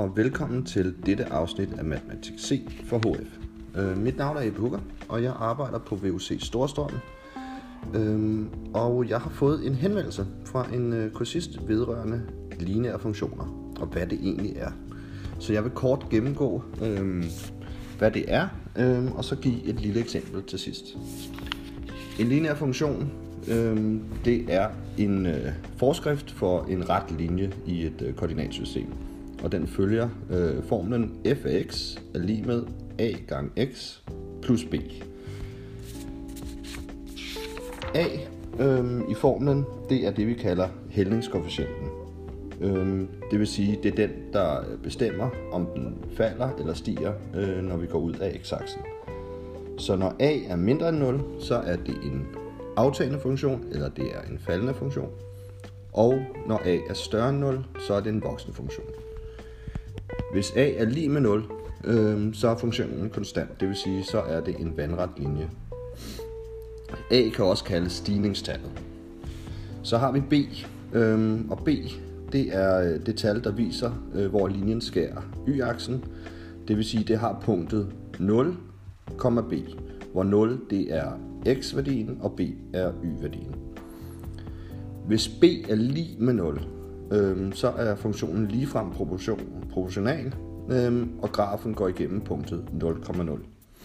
og velkommen til dette afsnit af Matematik C for HF. Mit navn er Ebbe Hugger, og jeg arbejder på VUC Storstrømmen. Og jeg har fået en henvendelse fra en kursist vedrørende lineære funktioner, og hvad det egentlig er. Så jeg vil kort gennemgå, hvad det er, og så give et lille eksempel til sidst. En lineær funktion, det er en forskrift for en ret linje i et koordinatsystem. Og den følger formlen f af x er lig med a gange x plus b. A i formlen, det er det vi kalder hældningskoefficienten. Det vil sige, det er den, der bestemmer, om den falder eller stiger, når vi går ud af x-aksen. Så når a er mindre end 0, så er det en aftagende funktion, eller det er en faldende funktion. Og når a er større end 0, så er det en voksende funktion. Hvis a er lig med 0, så er funktionen konstant, det vil sige, så er det en vandret linje. A kan også kaldes stigningstallet. Så har vi b, og b det er det tal, der viser, hvor linjen skærer y-aksen. Det vil sige, det har punktet 0, b, hvor 0 det er x-værdien, og b er y-værdien. Hvis b er lig med 0, så er funktionen ligefrem proportional, og grafen går igennem punktet 0,0.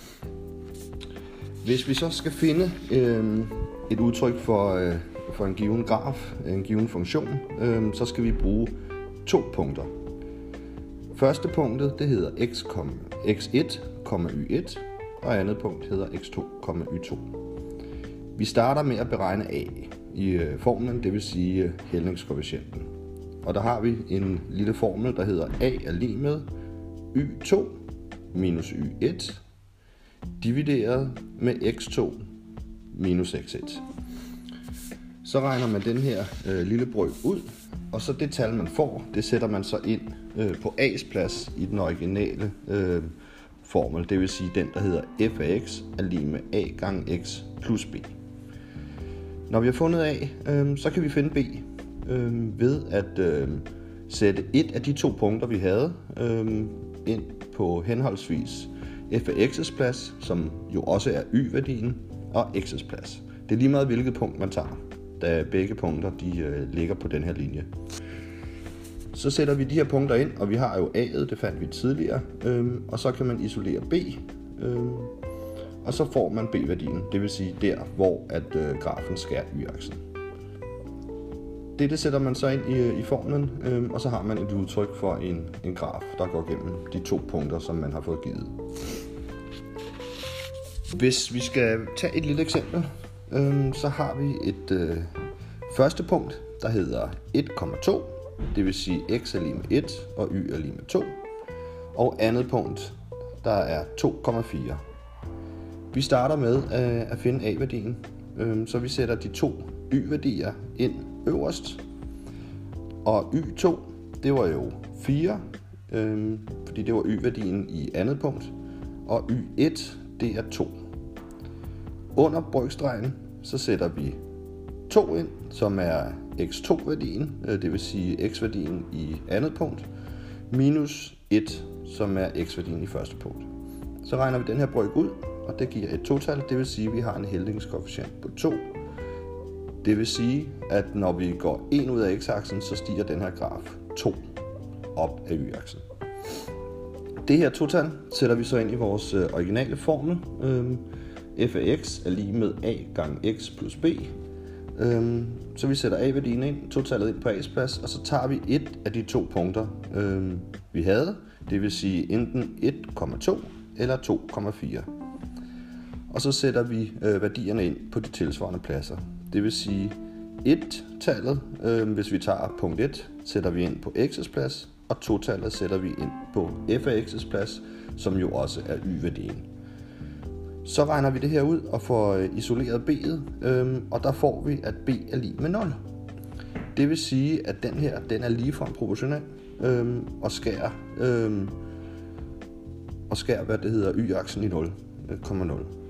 Hvis vi så skal finde et udtryk for en given graf, en given funktion, så skal vi bruge to punkter. Første punktet, det hedder x1, y1, og andet punkt hedder x2, y2. Vi starter med at beregne a i formlen, det vil sige hældningskoefficienten. Og der har vi en lille formel, der hedder a er lig med y2 minus y1 divideret med x2 minus x1. Så regner man den her lille brøk ud, og så det tal man får, det sætter man så ind på a's plads i den originale formel, det vil sige den, der hedder f af x er lig med a gange x plus b. Når vi har fundet a, så kan vi finde b ved at sætte et af de to punkter, vi havde, ind på henholdsvis f af x's plads, som jo også er y-værdien, og x's plads. Det er lige meget hvilket punkt man tager, da begge punkter de ligger på den her linje. Så sætter vi de her punkter ind, og vi har jo a'et, det fandt vi tidligere, og så kan man isolere b, og så får man b-værdien, det vil sige der, hvor at grafen skærer y-aksen. Det sætter man så ind i formlen, og så har man et udtryk for en graf, der går gennem de to punkter, som man har fået givet. Hvis vi skal tage et lille eksempel, så har vi et første punkt, der hedder 1,2, det vil sige x er lig med 1, og y er lig med 2. Og andet punkt, der er 2,4. Vi starter med at finde a-værdien, så vi sætter de to y-værdier ind øverst. Og y2, det var jo 4, fordi det var y-værdien i andet punkt. Og y1, det er 2. Under brøkstregen, så sætter vi 2 ind, som er x2-værdien, det vil sige x-værdien i andet punkt, minus 1, som er x-værdien i første punkt. Så regner vi den her brøk ud, og det giver et total, det vil sige, at vi har en hældningskoefficient på 2. Det vil sige, at når vi går 1 ud af x-aksen, så stiger den her graf 2 op af y-aksen. Det her total sætter vi så ind i vores originale formel. F af x er lig med a gange x plus b. Så vi sætter a-værdien ind, totalet ind på a's plads, og så tager vi et af de to punkter, vi havde. Det vil sige enten 1,2 eller 2,4. Og så sætter vi værdierne ind på de tilsvarende pladser. Det vil sige 1-tallet, hvis vi tager punkt 1, sætter vi ind på x's plads, og 2-tallet sætter vi ind på f af x's plads, som jo også er y-værdien. Så regner vi det her ud og får isoleret b'et, og der får vi, at b er lig med 0. Det vil sige, at den her den er ligefrem proportional og skærer hvad det hedder y-aksen i 0,0.